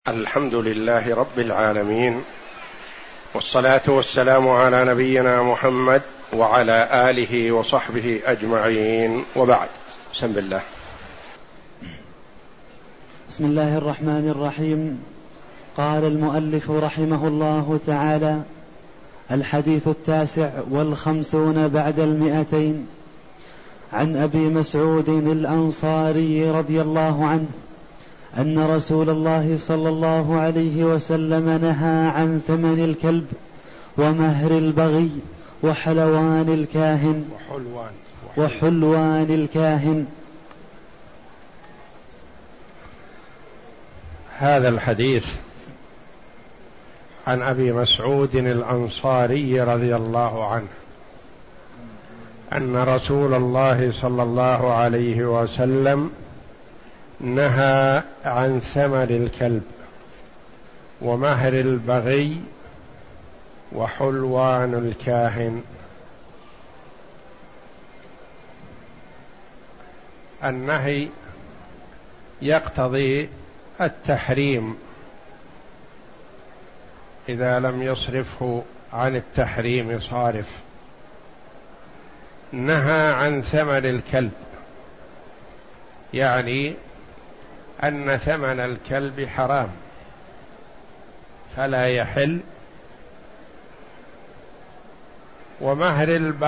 الحمد لله رب العالمين، والصلاة والسلام على نبينا محمد وعلى آله وصحبه أجمعين، وبعد. بسم الله. بسم الله الرحمن الرحيم. قال المؤلف رحمه الله تعالى: الحديث 59 بعد 200. عن أبي مسعود الأنصاري رضي الله عنه أن رسول الله صلى الله عليه وسلم نهى عن ثمن الكلب ومهر البغي وحلوان الكاهن. هذا الحديث عن أبي مسعود الأنصاري رضي الله عنه أن رسول الله صلى الله عليه وسلم نهى عن ثمن الكلب ومهر البغي وحلوان الكاهن. النهي يقتضي التحريم إذا لم يصرفه عن التحريم صارف. نهى عن ثمن الكلب يعني أن ثمن الكلب حرام فلا يحل. ومهر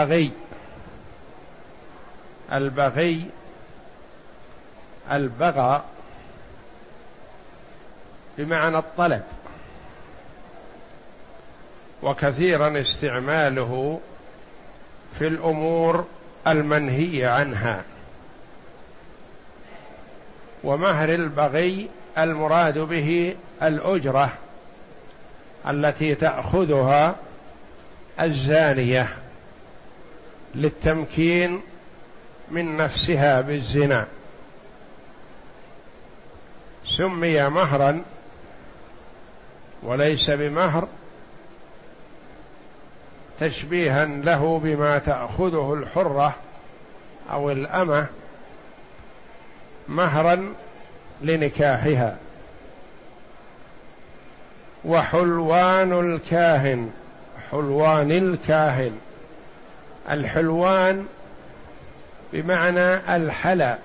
البغي البغى بمعنى الطلب، وكثيرا استعماله في الأمور المنهي عنها. ومهر البغي المراد به الأجرة التي تأخذها الزانية للتمكين من نفسها بالزنا. سمي مهرا وليس بمهر تشبيها له بما تأخذه الحرة أو الأمة مهرا لنكاحها. وحلوان الكاهن الحلوان بمعنى الحلى،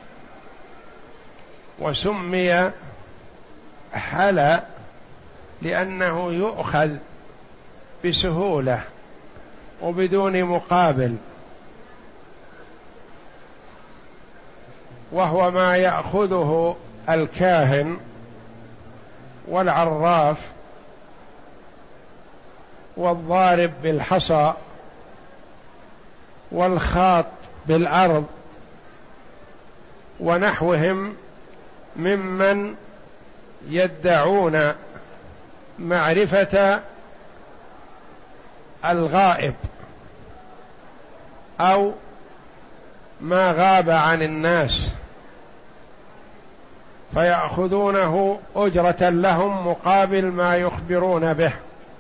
وسمي حلى لأنه يؤخذ بسهولة وبدون مقابل، وهو ما يأخذه الكاهن والعراف والضارب بالحصى والخاط بالأرض ونحوهم ممن يدعون معرفة الغائب أو ما غاب عن الناس، فيأخذونه أجرة لهم مقابل ما يخبرون به.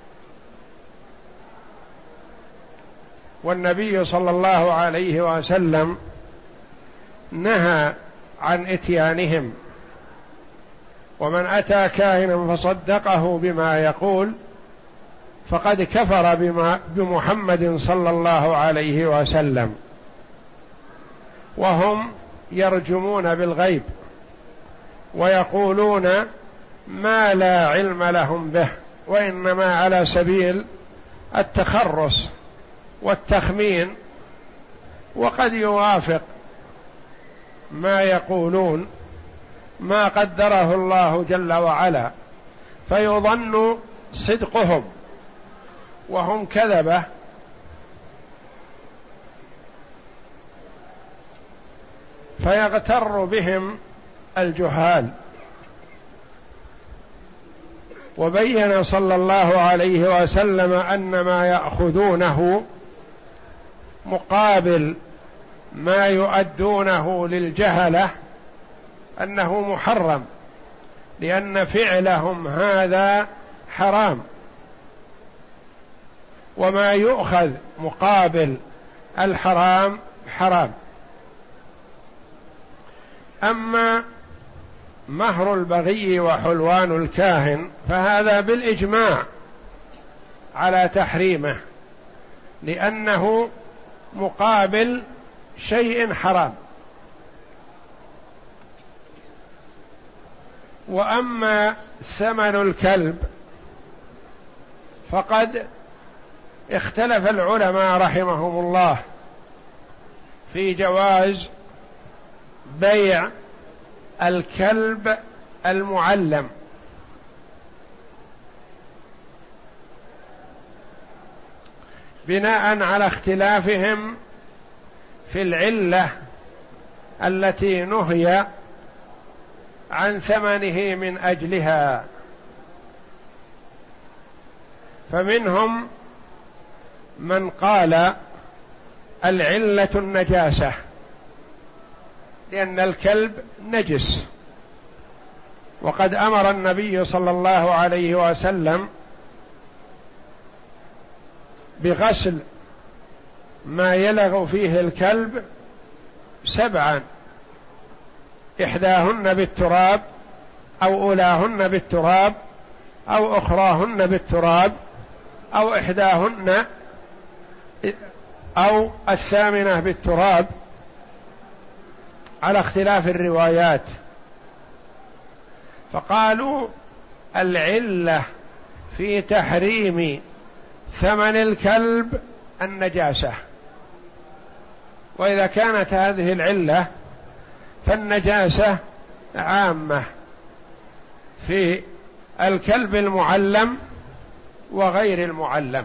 والنبي صلى الله عليه وسلم نهى عن إتيانهم، ومن أتى كاهنا فصدقه بما يقول فقد كفر بمحمد صلى الله عليه وسلم. وهم يرجمون بالغيب ويقولون ما لا علم لهم به، وإنما على سبيل التخرص والتخمين، وقد يوافق ما يقولون ما قدره الله جل وعلا، فيظن صدقهم وهم كذبة، فيغتر بهم الجهال. وبين صلى الله عليه وسلم أن ما يأخذونه مقابل ما يؤدونه للجهلة أنه محرم، لأن فعلهم هذا حرام، وما يؤخذ مقابل الحرام حرام. أما مهر البغي وحلوان الكاهن فهذا بالإجماع على تحريمه، لأنه مقابل شيء حرام. وأما ثمن الكلب فقد اختلف العلماء رحمهم الله في جواز بيع الكلب المعلم، بناء على اختلافهم في العلة التي نهي عن ثمنه من أجلها. فمنهم من قال العلة النجاسة، لأن الكلب نجس، وقد أمر النبي صلى الله عليه وسلم بغسل ما يلغ فيه الكلب 7، إحداهن بالتراب أو أولاهن بالتراب أو أخراهن بالتراب أو إحداهن أو الثامنة بالتراب، على اختلاف الروايات. فقالوا العلة في تحريم ثمن الكلب النجاسة، وإذا كانت هذه العلة فالنجاسة عامة في الكلب المعلم وغير المعلم،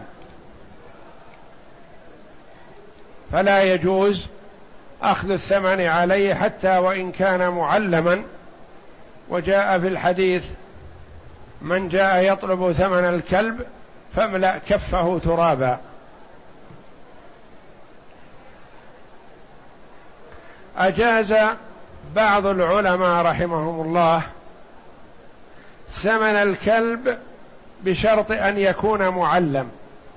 فلا يجوز أخذ الثمن عليه حتى وإن كان معلما. وجاء في الحديث من جاء يطلب ثمن الكلب فاملأ كفه ترابا. أجاز بعض العلماء رحمهم الله ثمن الكلب بشرط أن يكون معلم،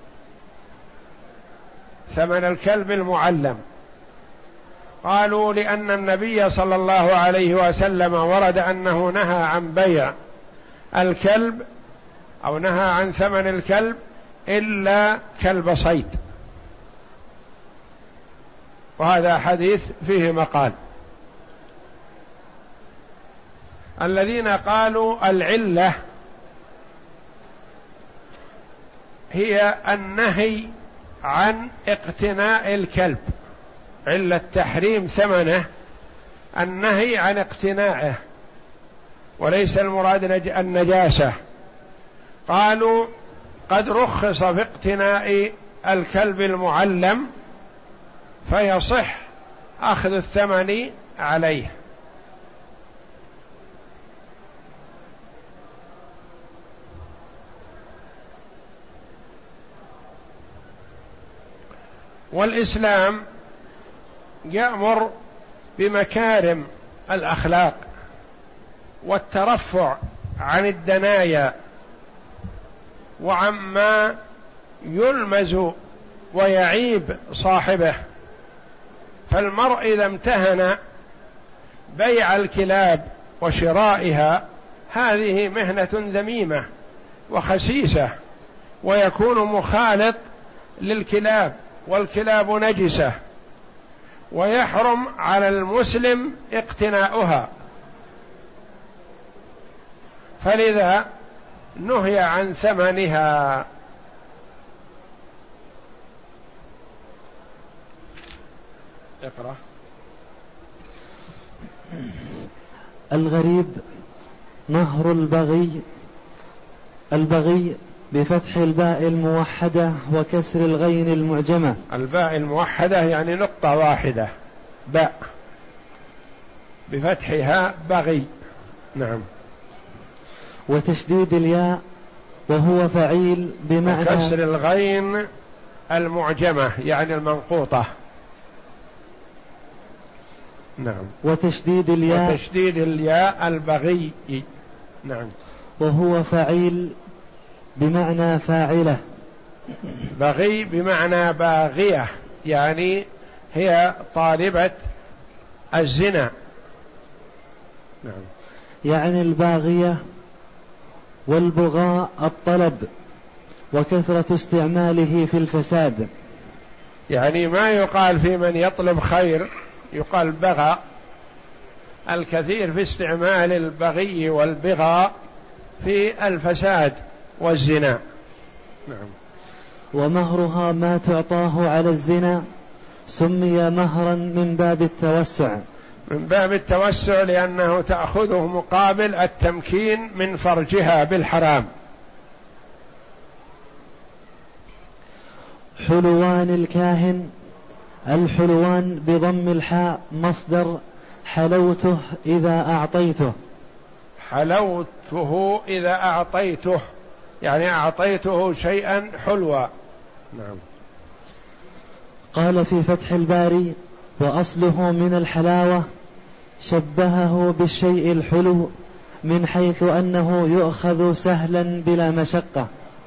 ثمن الكلب المعلم. قالوا لأن النبي صلى الله عليه وسلم ورد أنه نهى عن بيع الكلب أو نهى عن ثمن الكلب إلا كلب صيد، وهذا حديث فيه مقال. الذين قالوا العلة هي النهي عن اقتناء الكلب، علة تحريم ثمنه النهي عن اقتناعه وليس المراد النجاسة. قالوا قد رخص في اقتناء الكلب المعلم فيصح أخذ الثمن عليه. والإسلام يأمر بمكارم الأخلاق والترفع عن الدنايا وعما يلمز ويعيب صاحبه. فالمرء إذا امتهن بيع الكلاب وشرائها هذه مهنة ذميمة وخسيسة، ويكون مخالط للكلاب، والكلاب نجسة، ويحرم على المسلم اقتناؤها، فلذا نهي عن ثمنها. اقرأ. الغريب مهر البغي، البغي بفتح الباء الموحدة وكسر الغين المعجمة. الباء الموحدة يعني نقطة واحدة، باء بفتحها بغي. نعم. وتشديد الياء وهو فعيل بمعنى كسر الغين المعجمة يعني المنقوطة. نعم. وتشديد الياء، وتشديد الياء البغي. نعم. وهو فعيل بمعنى فاعلة. بغي بمعنى باغية يعني هي طالبة الزنا. نعم. يعني الباغية، والبغاء الطلب وكثرة استعماله في الفساد. يعني ما يقال في من يطلب خير يقال بغى، الكثير في استعمال البغي والبغاء في الفساد والزنا. نعم. ومهرها ما تعطاه على الزنا سمي مهرا من باب التوسع، من باب التوسع لأنه تأخذه مقابل التمكين من فرجها بالحرام. حلوان الكاهن، الحلوان بضم الحاء مصدر حلوته إذا أعطيته، حلوته إذا أعطيته يعني أعطيته شيئا حلوا. نعم. قال في فتح الباري: وأصله من الحلاوة، شبهه بالشيء الحلو من حيث أنه يؤخذ سهلا بلا مشقة،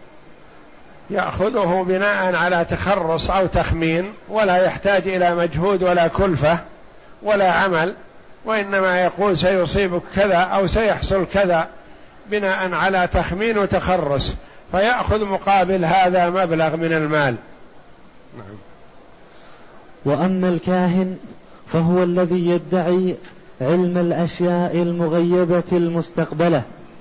يأخذه بناء على تخرص أو تخمين، ولا يحتاج إلى مجهود ولا كلفة ولا عمل، وإنما يقول سيصيبك كذا أو سيحصل كذا بناء على تخمين وتخرص، فيأخذ مقابل هذا مبلغ من المال. نعم. وأما الكاهن فهو الذي يدعي علم الأشياء المغيبة المستقبلة،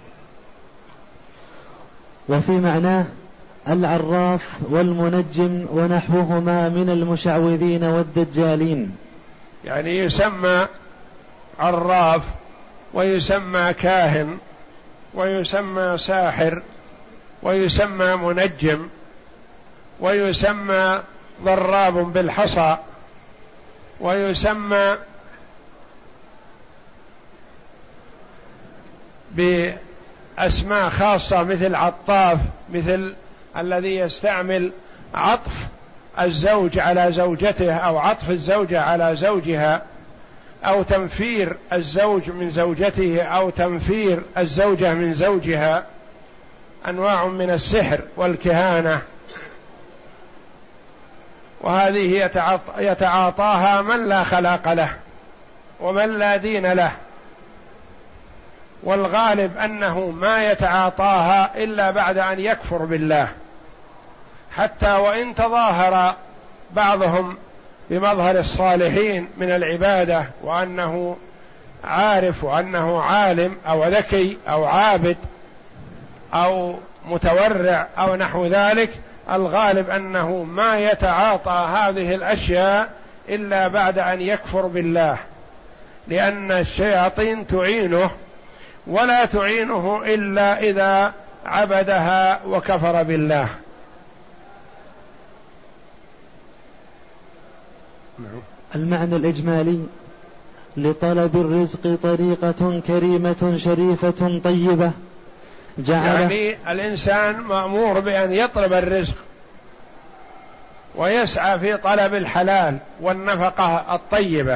وفي معناه العراف والمنجم ونحوهما من المشعوذين والدجالين. يعني يسمى عراف ويسمى كاهن ويسمى ساحر ويسمى منجم ويسمى ضراب بالحصى ويسمى بأسماء خاصة مثل عطاف، مثل الذي يستعمل عطف الزوج على زوجته أو عطف الزوجة على زوجها، أو تنفير الزوج من زوجته أو تنفير الزوجة من زوجها، أنواع من السحر والكهانة، وهذه يتعاطاها من لا خلاق له ومن لا دين له، والغالب أنه ما يتعاطاها إلا بعد أن يكفر بالله، حتى وإن تظاهر بعضهم بمظهر الصالحين من العبادة وأنه عارف وأنه عالم أو ذكي أو عابد أو متورع أو نحو ذلك، الغالب أنه ما يتعاطى هذه الأشياء إلا بعد أن يكفر بالله، لأن الشياطين تعينه ولا تعينه إلا إذا عبدها وكفر بالله. المعنى الإجمالي: لطلب الرزق طريقة كريمة شريفة طيبة يعني الإنسان مأمور بأن يطلب الرزق ويسعى في طلب الحلال والنفقة الطيبة.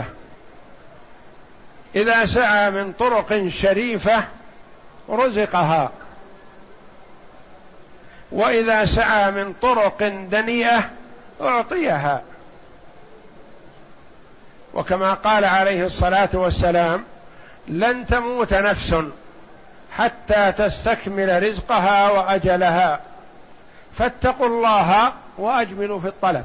إذا سعى من طرق شريفة رزقها، وإذا سعى من طرق دنيئة أعطيها. وكما قال عليه الصلاة والسلام: لن تموت نفس حتى تستكمل رزقها وأجلها، فاتقوا الله وأجملوا في الطلب.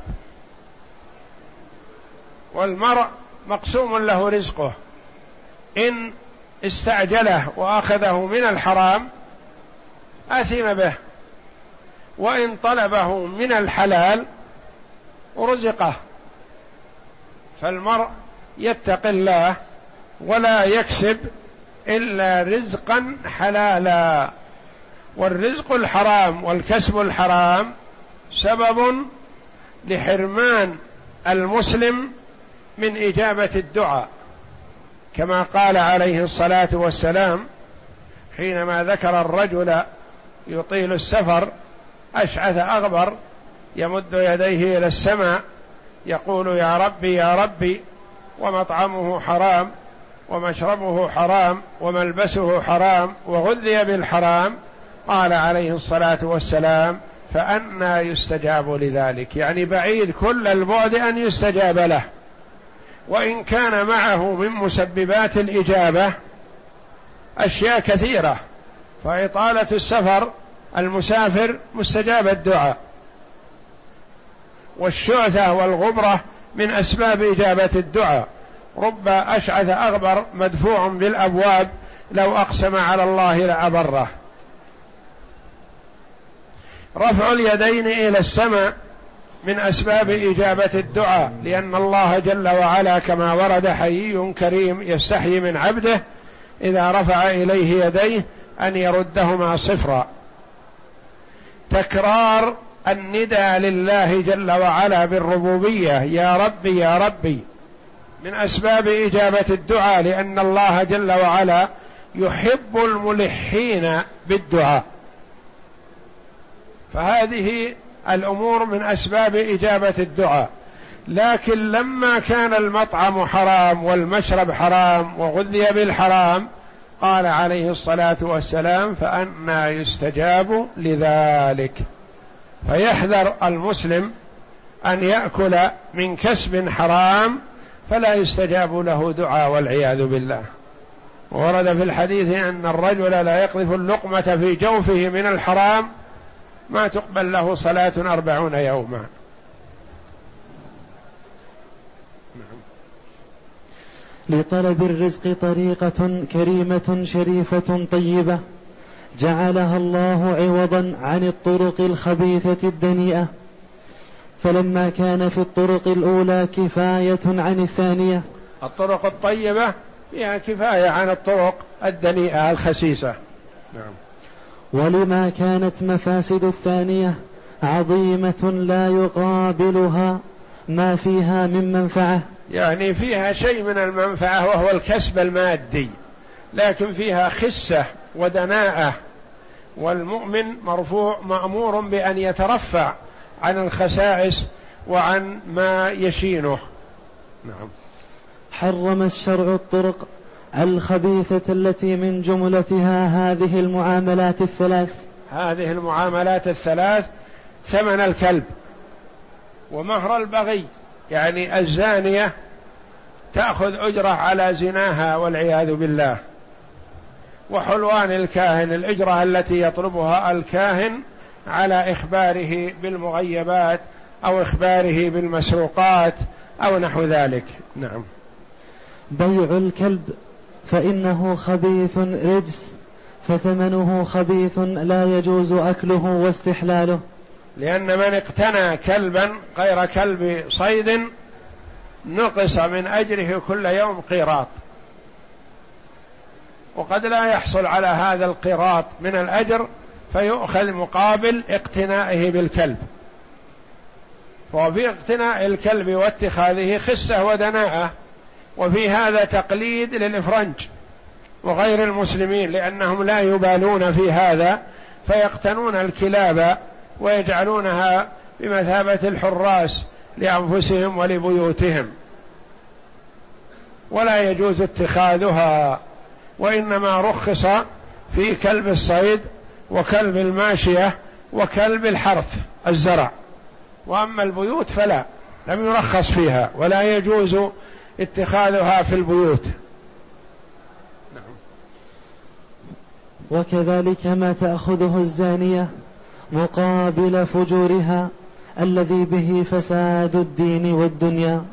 والمرء مقسوم له رزقه، إن استعجله وأخذه من الحرام أثم به، وإن طلبه من الحلال رزقه. فالمرء يتقي الله ولا يكسب إلا رزقا حلالا. والرزق الحرام والكسب الحرام سبب لحرمان المسلم من إجابة الدعاء، كما قال عليه الصلاة والسلام حينما ذكر الرجل يطيل السفر أشعث أغبر يمد يديه إلى السماء يقول: يا ربي يا ربي، ومطعمه حرام ومشربه حرام وملبسه حرام وغذي بالحرام، قال عليه الصلاة والسلام: فأنى يستجاب لذلك؟ يعني بعيد كل البعد أن يستجاب له، وإن كان معه من مسببات الإجابة أشياء كثيرة، فإطالة السفر المسافر مستجاب الدعاء، والشعثة والغبرة من أسباب إجابة الدعاء، رب أشعث أغبر مدفوع بالأبواب لو أقسم على الله لأبره. رفع اليدين إلى السماء من أسباب إجابة الدعاء، لأن الله جل وعلا كما ورد حيي كريم يستحيي من عبده إذا رفع إليه يديه أن يردهما صفرا. تكرار النداء لله جل وعلا بالربوبية يا ربي يا ربي من أسباب إجابة الدعاء، لأن الله جل وعلا يحب الملحين بالدعاء، فهذه الأمور من أسباب إجابة الدعاء. لكن لما كان المطعم حرام والمشرب حرام وغذي بالحرام قال عليه الصلاة والسلام فأنى يستجاب لذلك. فيحذر المسلم أن يأكل من كسب حرام فلا يستجاب له دعاء والعياذ بالله. ورد في الحديث أن الرجل لا يقذف اللقمة في جوفه من الحرام ما تقبل له صلاة 40 يوما. لطلب الرزق طريقة كريمة شريفة طيبة جعلها الله عوضا عن الطرق الخبيثة الدنيئة، فلما كان في الطرق الأولى كفاية عن الثانية، الطرق الطيبة فيها كفاية عن الطرق الدنيئة الخسيسة. نعم. ولما كانت مفاسد الثانية عظيمة لا يقابلها ما فيها من منفعة، يعني فيها شيء من المنفعة وهو الكسب المادي، لكن فيها خسة ودناءة، والمؤمن مرفوع مأمور بأن يترفع عن الخسائس وعن ما يشينه. نعم. حرم الشرع الطرق الخبيثة التي من جملتها هذه المعاملات الثلاث. هذه المعاملات الثلاث: ثمن الكلب، ومهر البغي، يعني الزانية تأخذ أجرة على زناها والعياذ بالله، وحلوان الكاهن، الأجرة التي يطلبها الكاهن على إخباره بالمغيبات أو إخباره بالمسروقات أو نحو ذلك. نعم. بيع الكلب فإنه خبيث رجس، فثمنه خبيث لا يجوز أكله واستحلاله، لأن من اقتنى كلبا غير كلب صيد نقص من أجره كل يوم قيراط، وقد لا يحصل على هذا القيراط من الأجر فيؤخذ مقابل اقتنائه بالكلب. وفي اقتناء الكلب واتخاذه خسة ودناءة، وفي هذا تقليد للإفرنج وغير المسلمين، لأنهم لا يبالون في هذا فيقتنون الكلاب ويجعلونها بمثابة الحراس لأنفسهم ولبيوتهم، ولا يجوز اتخاذها، وإنما رخص في كلب الصيد وكلب الماشية وكلب الحرث الزرع، وأما البيوت فلا، لم يرخص فيها ولا يجوز اتخاذها في البيوت. وكذلك ما تأخذه الزانية مقابل فجورها الذي به فساد الدين والدنيا،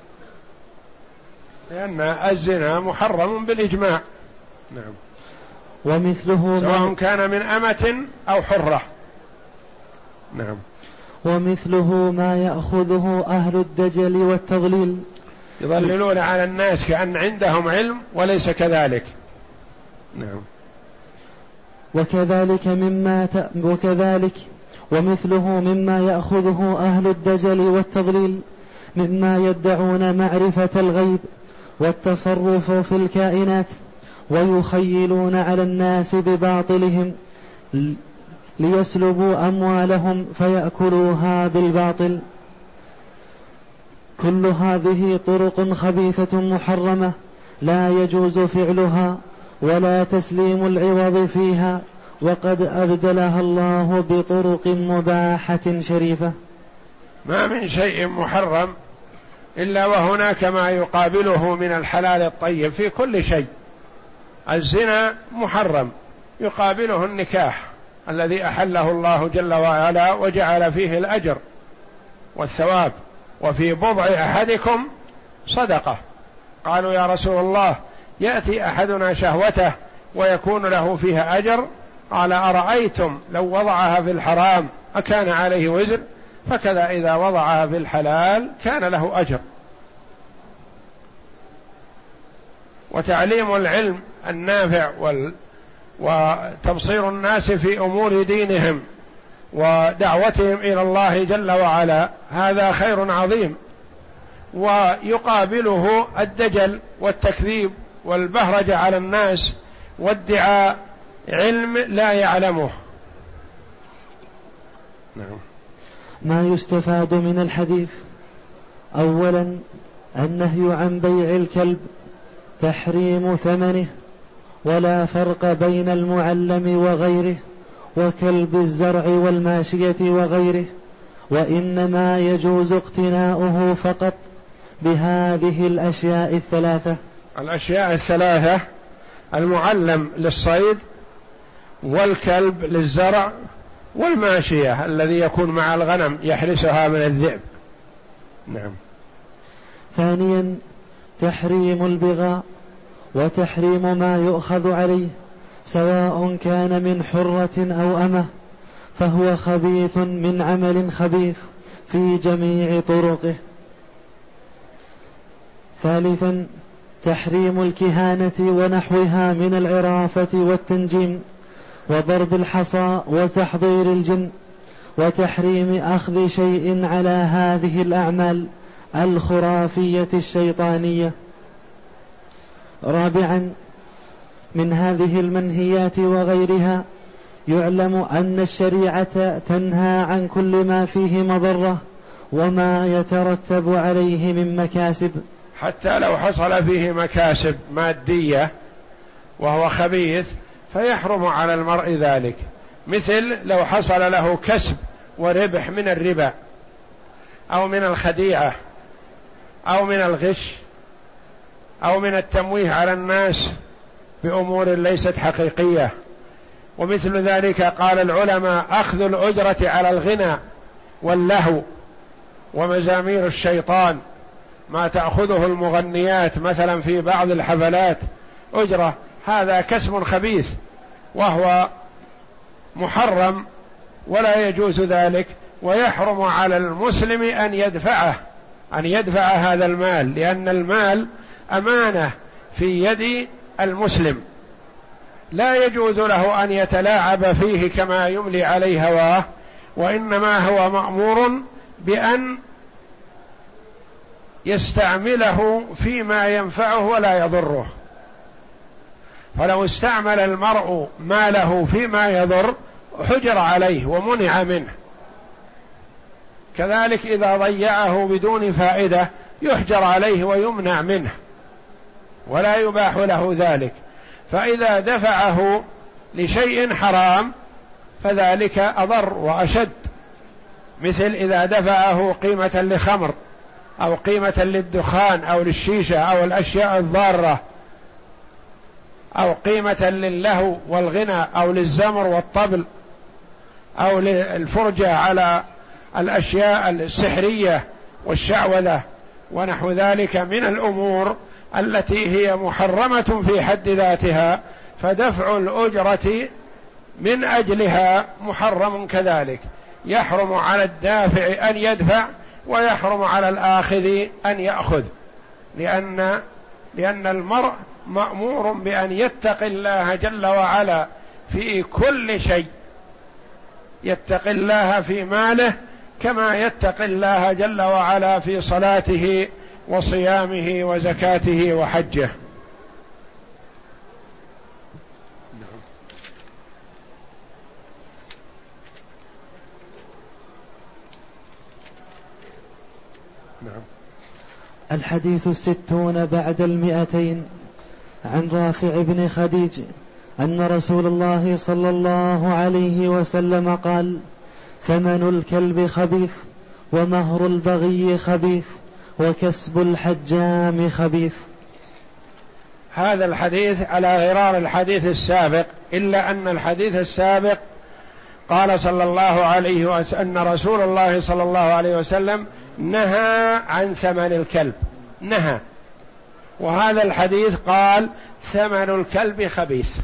لأن الزنا محرم بالإجماع. نعم. ومثله سواء كان من أمة أو حرة. نعم. ومثله ما يأخذه أهل الدجل والتضليل، يضللون على الناس كأن عندهم علم وليس كذلك. نعم. وكذلك ومثله مما يأخذه أهل الدجل والتضليل مما يدعون معرفة الغيب والتصرف في الكائنات، ويخيلون على الناس بباطلهم ليسلبوا أموالهم فيأكلوها بالباطل. كل هذه طرق خبيثة محرمة لا يجوز فعلها ولا تسليم العوض فيها، وقد أبدلها الله بطرق مباحة شريفة. ما من شيء محرم إلا وهناك ما يقابله من الحلال الطيب في كل شيء، الزنا محرم يقابله النكاح الذي أحله الله جل وعلا وجعل فيه الأجر والثواب، وفي بضع أحدكم صدقة. قالوا يا رسول الله يأتي أحدنا شهوته ويكون له فيها أجر؟ قال أرأيتم لو وضعها في الحرام أكان عليه وزر؟ فكذا إذا وضعها في الحلال كان له أجر. وتعليم العلم النافع وتبصير الناس في أمور دينهم ودعوتهم إلى الله جل وعلا هذا خير عظيم، ويقابله الدجل والتكذيب والبهرجة على الناس وادعاء علم لا يعلمه. نعم. ما يستفاد من الحديث: أولا النهي عن بيع الكلب، تحريم ثمنه، ولا فرق بين المعلم وغيره وكلب الزرع والماشية وغيره، وإنما يجوز اقتناؤه فقط بهذه الأشياء الثلاثة. الأشياء الثلاثة: المعلم للصيد، والكلب للزرع، والماشية الذي يكون مع الغنم يحرسها من الذئب. نعم. ثانيا تحريم البغاء، وتحريم ما يؤخذ عليه سواء كان من حرة أو أمة، فهو خبيث من عمل خبيث في جميع طرقه. ثالثا تحريم الكهانة ونحوها من العرافة والتنجيم وضرب الحصى وتحضير الجن، وتحريم أخذ شيء على هذه الأعمال الخرافية الشيطانية. رابعا من هذه المنهيات وغيرها يعلم أن الشريعة تنهى عن كل ما فيه مضرة وما يترتب عليه من مكاسب، حتى لو حصل فيه مكاسب مادية وهو خبيث فيحرم على المرء ذلك، مثل لو حصل له كسب وربح من الربا أو من الخديعة أو من الغش أو من التمويه على الناس بأمور ليست حقيقية. ومثل ذلك قال العلماء أخذ الأجرة على الغنى واللهو ومزامير الشيطان، ما تأخذه المغنيات مثلا في بعض الحفلات أجرة، هذا كسب خبيث وهو محرم ولا يجوز ذلك، ويحرم على المسلم أن يدفع هذا المال، لأن المال أمانة في يد المسلم، لا يجوز له أن يتلاعب فيه كما يملي عليه هواه، وإنما هو مأمور بأن يستعمله فيما ينفعه ولا يضره. فلو استعمل المرء ماله فيما يضر حجر عليه ومنع منه، كذلك إذا ضيعه بدون فائدة يحجر عليه ويمنع منه ولا يباح له ذلك. فإذا دفعه لشيء حرام فذلك أضر وأشد، مثل إذا دفعه قيمة لخمر أو قيمة للدخان أو للشيشة أو الأشياء الضارة، أو قيمة للهو والغنى أو للزمر والطبل أو للفرجة على الأشياء السحرية والشعوذة ونحو ذلك من الأمور التي هي محرمة في حد ذاتها، فدفع الأجرة من أجلها محرم كذلك، يحرم على الدافع أن يدفع ويحرم على الآخذ أن يأخذ، لأن المرء مأمور بأن يتقي الله جل وعلا في كل شيء، يتقي الله في ماله كما يتقي الله جل وعلا في صلاته وصيامه وزكاته وحجه. نعم. الحديث 60 بعد 200 عن رافع بن خديج أن رسول الله صلى الله عليه وسلم قال: ثمن الكلب خبيث، ومهر البغي خبيث، وكسب الحجام خبيث. هذا الحديث على غرار الحديث السابق، إلا أن الحديث السابق قال صلى الله عليه وسلم أن رسول الله صلى الله عليه وسلم نهى عن ثمن الكلب، نهى. وهذا الحديث قال ثمن الكلب خبيث،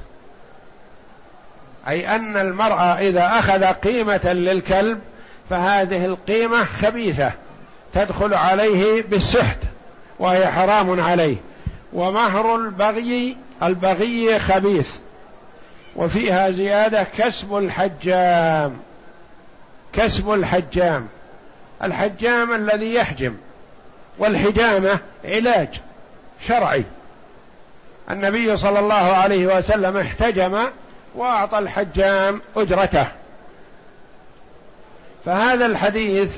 أي أن المرء إذا أخذ قيمة للكلب فهذه القيمة خبيثة تدخل عليه بالسحت وهي حرام عليه. ومهر البغي خبيث. وفيها زيادة كسب الحجام، كسب الحجام، الحجام الذي يحجم، والحجامة علاج شرعي. النبي صلى الله عليه وسلم احتجم وأعطى الحجام أجرته. فهذا الحديث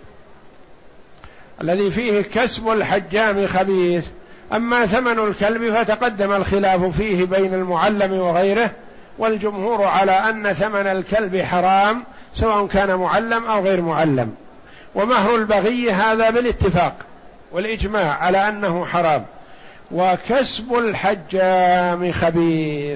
الذي فيه كسب الحجام خبيث. أما ثمن الكلب فتقدم الخلاف فيه بين المعلم وغيره، والجمهور على أن ثمن الكلب حرام سواء كان معلم أو غير معلم. ومهر البغي هذا بالاتفاق والإجماع على أنه حرام. وكسب الحجام خبيث.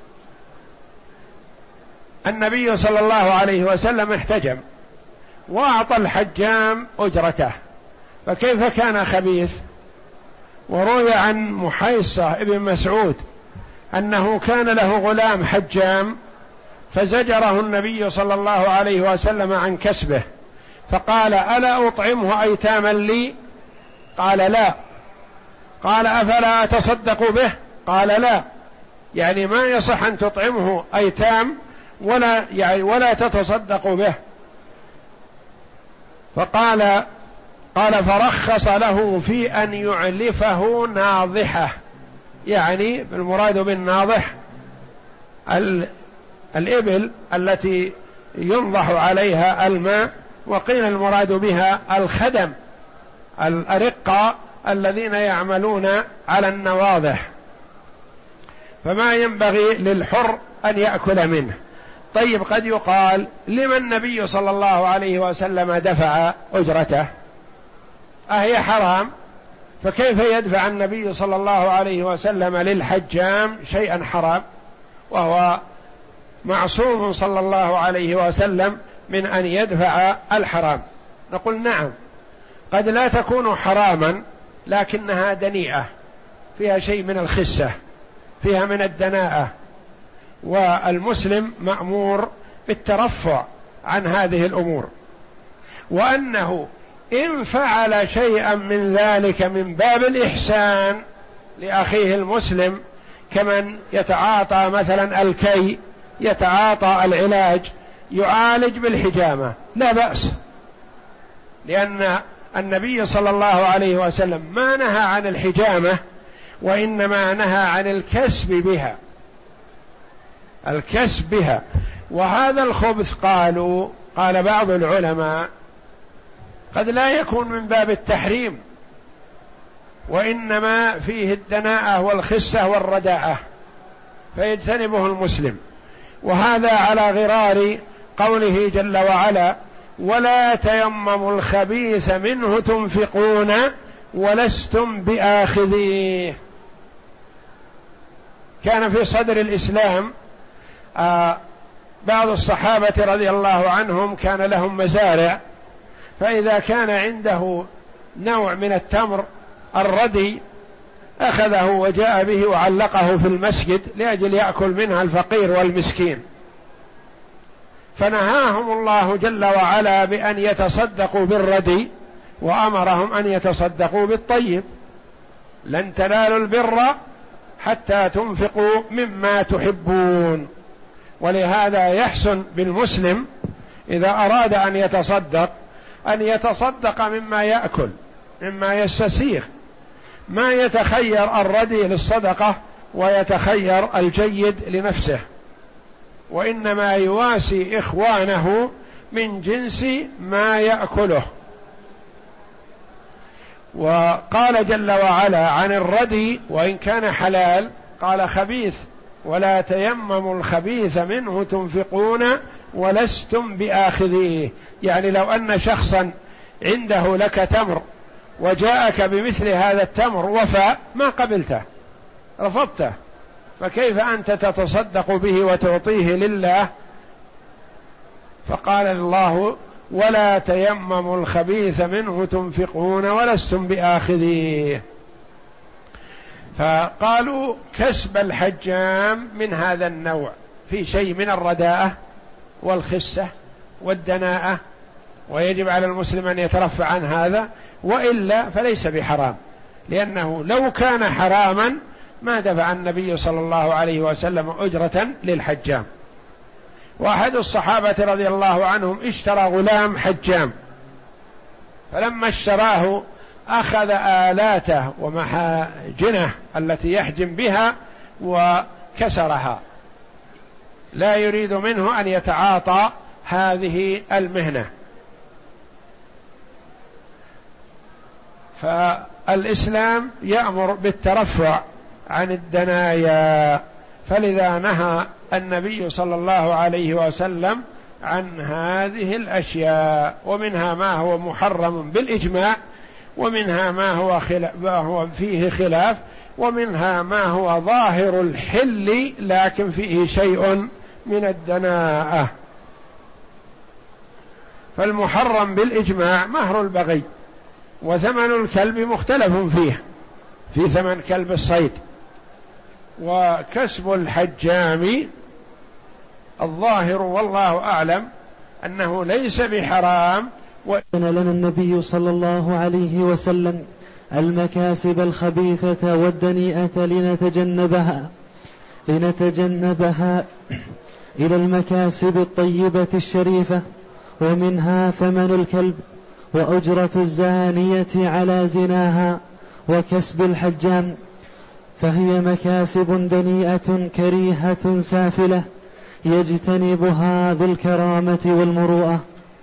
النبي صلى الله عليه وسلم احتجم وأعطى الحجام أجرته، فكيف كان خبيث؟ وروي عن محيصة ابن مسعود أنه كان له غلام حجام فزجره النبي صلى الله عليه وسلم عن كسبه، فقال ألا أطعمه أيتاما لي؟ قال لا. قال أفلا أتصدق به؟ قال لا، يعني ما يصح أن تطعمه أيتام ولا تتصدق به. فقال فرخص له في أن يعلفه ناضحة، يعني المراد بالناضح الإبل التي ينضح عليها الماء، وقيل المراد بها الخدم الأرقة الذين يعملون على النواضح، فما ينبغي للحر أن يأكل منه. طيب قد يقال لما النبي صلى الله عليه وسلم دفع أجرته؟ أهي حرام؟ فكيف يدفع النبي صلى الله عليه وسلم للحجام شيئا حرام وهو معصوم صلى الله عليه وسلم من أن يدفع الحرام؟ نقول نعم، قد لا تكون حراما لكنها دنيئة، فيها شيء من الخسة، فيها من الدناءة، والمسلم مأمور بالترفع عن هذه الأمور. وأنه إن فعل شيئا من ذلك من باب الإحسان لأخيه المسلم، كمن يتعاطى مثلا الكي، يتعاطى العلاج، يعالج بالحجامة، لا بأس، لأن النبي صلى الله عليه وسلم ما نهى عن الحجامة، وإنما نهى عن الكسب بها، الكسب بها. وهذا الخبث قال بعض العلماء قد لا يكون من باب التحريم، وإنما فيه الدناءة والخسة والرداءة، فيجتنبه المسلم. وهذا على غرار قوله جل وعلا: ولا تيمموا الخبيث منه تنفقون ولستم بآخذيه. كان في صدر الإسلام بعض الصحابة رضي الله عنهم كان لهم مزارع، فإذا كان عنده نوع من التمر الردي أخذه وجاء به وعلقه في المسجد لأجل يأكل منها الفقير والمسكين، فنهاهم الله جل وعلا بأن يتصدقوا بالردي، وأمرهم أن يتصدقوا بالطيب. لن تنالوا البر حتى تنفقوا مما تحبون. ولهذا يحسن بالمسلم إذا أراد أن يتصدق مما يأكل، مما يستسيغ، ما يتخير الردي للصدقة ويتخير الجيد لنفسه، وإنما يواسي إخوانه من جنس ما يأكله. وقال جل وعلا عن الردي وإن كان حلال قال خبيث: ولا تيمموا الخبيث منه تنفقون ولستم بآخذيه. يعني لو أن شخصا عنده لك تمر وجاءك بمثل هذا التمر وفاء ما قبلته، رفضته، فكيف أنت تتصدق به وتعطيه لله؟ فقال الله: ولا تيمموا الخبيث منه تنفقون ولستم بآخذيه. فقالوا كسب الحجام من هذا النوع، في شيء من الرداءة والخسة والدناءة، ويجب على المسلم أن يترفع عن هذا، وإلا فليس بحرام، لأنه لو كان حراما ما دفع النبي صلى الله عليه وسلم أجرة للحجام. وأحد الصحابة رضي الله عنهم اشترى غلام حجام، فلما اشتراه أخذ آلاته ومحاجنه التي يحجم بها وكسرها، لا يريد منه أن يتعاطى هذه المهنة. فالإسلام يأمر بالترفع عن الدنايا، فلذا نهى النبي صلى الله عليه وسلم عن هذه الأشياء، ومنها ما هو محرم بالإجماع، ومنها ما هو فيه خلاف، ومنها ما هو ظاهر الحل لكن فيه شيء من الدناءة. فالمحرم بالإجماع مهر البغي، وثمن الكلب مختلف فيه، في ثمن كلب الصيد. وكسب الحجام الظاهر والله أعلم أنه ليس بحرام. لنا النبي صلى الله عليه وسلم المكاسب الخبيثة والدنيئة لنتجنبها إلى المكاسب الطيبة الشريفة، ومنها ثمن الكلب، وأجرة الزانية على زناها، وكسب الحجام، فهي مكاسب دنيئة كريهة سافلة يجتنبها ذو الكرامة والمروءة.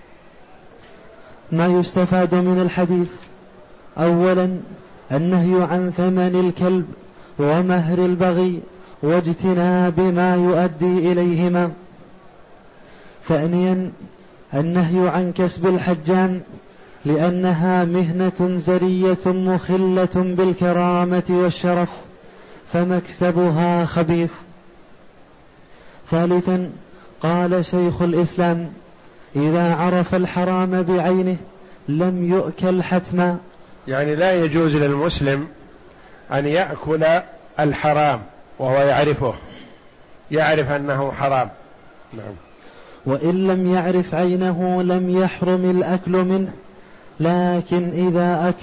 ما يستفاد من الحديث: أولا النهي عن ثمن الكلب ومهر البغي واجتناب ما يؤدي إليهما. ثانيا النهي عن كسب الحجام لأنها مهنة زرية مخلة بالكرامة والشرف، فمكسبها خبيث. ثالثا قال شيخ الإسلام: إذا عرف الحرام بعينه لم يؤكل حتما. يعني لا يجوز للمسلم أن يأكل الحرام وهو يعرف أنه حرام. نعم. وإن لم يعرف عينه لم يحرم الأكل منه، لكن إذا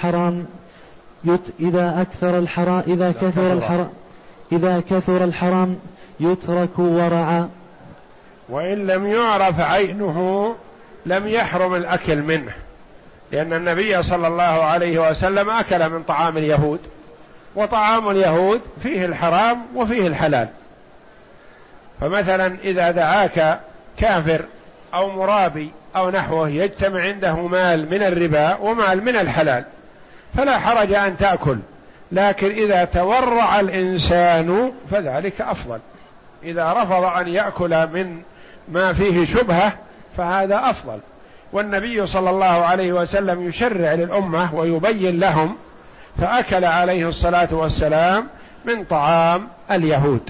كثر الحرام يترك ورعا. وإن لم يعرف عينه لم يحرم الأكل منه، لأن النبي صلى الله عليه وسلم أكل من طعام اليهود، وطعام اليهود فيه الحرام وفيه الحلال. فمثلا إذا دعاك كافر أو مرابي أو نحوه يجتمع عنده مال من الربا ومال من الحلال، فلا حرج أن تأكل، لكن إذا تورع الإنسان فذلك أفضل. إذا رفض أن يأكل من ما فيه شبهة فهذا أفضل. والنبي صلى الله عليه وسلم يشرع للأمة ويبين لهم، فأكل عليه الصلاة والسلام من طعام اليهود.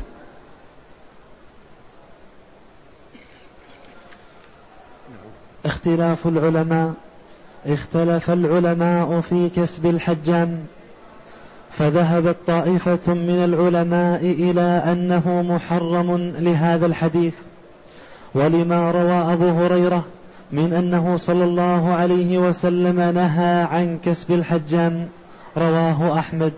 اختلف العلماء في كسب الحجام، فذهبت طائفة من العلماء إلى أنه محرم لهذا الحديث، ولما روى أبو هريرة من أنه صلى الله عليه وسلم نهى عن كسب الحجام، رواه أحمد.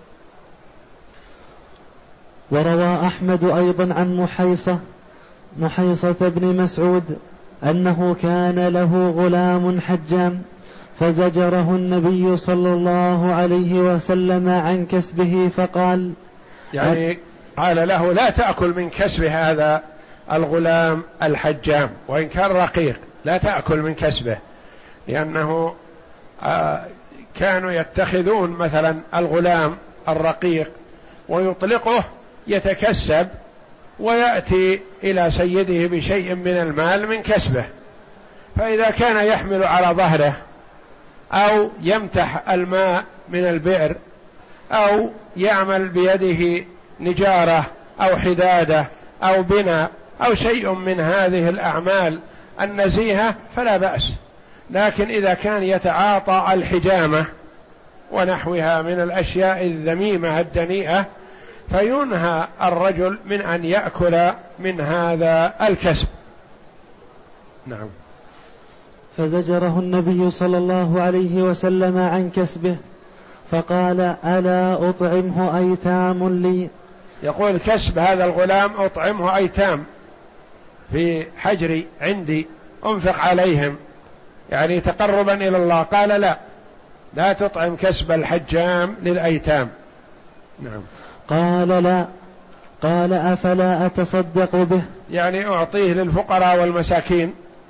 وروى أحمد أيضا عن محيصة بن مسعود أنه كان له غلام حجام، فزجره النبي صلى الله عليه وسلم عن كسبه، فقال يعني قال له: لا تأكل من كسب هذا الغلام الحجام، وإن كان رقيق لا تأكل من كسبه، لأنه كانوا يتخذون مثلا الغلام الرقيق ويطلقه يتكسب ويأتي إلى سيده بشيء من المال من كسبه، فإذا كان يحمل على ظهره أو يمتح الماء من البئر أو يعمل بيده نجارة أو حدادة أو بناء أو شيء من هذه الأعمال النزيهة فلا بأس. لكن إذا كان يتعاطى الحجامة ونحوها من الأشياء الذميمة الدنيئة فينهى الرجل من أن يأكل من هذا الكسب. نعم. فزجره النبي صلى الله عليه وسلم عن كسبه فقال: ألا أطعمه أيتام لي. يقول كسب هذا الغلام أطعمه أيتام في حجري عندي أنفق عليهم، يعني تقربا إلى الله. قال لا تطعم كسب الحجام للأيتام. نعم. قال: لا. قال: أفلا أتصدق به، يعني أعطيه للفقراء والمساكين.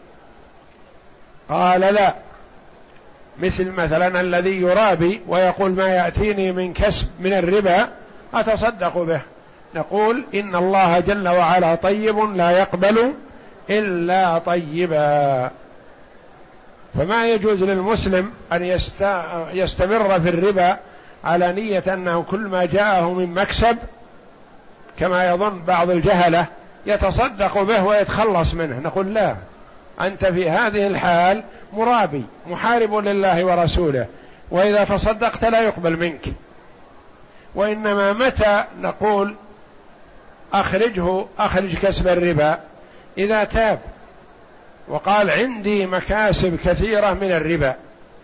قال: لا. مثل مثلا الذي يرابي ويقول ما يأتيني من كسب من الربا أتصدق به، نقول إن الله جل وعلا طيب لا يقبل إلا طيبا، فما يجوز للمسلم أن يستمر في الربا على نية أنه كل ما جاءه من مكسب كما يظن بعض الجهلة يتصدق به ويتخلص منه. نقول لا، أنت في هذه الحال مرابي محارب لله ورسوله، وإذا تصدقت لا يقبل منك. وإنما متى نقول أخرج كسب الربا؟ إذا تاب وقال عندي مكاسب كثيرة من الربا،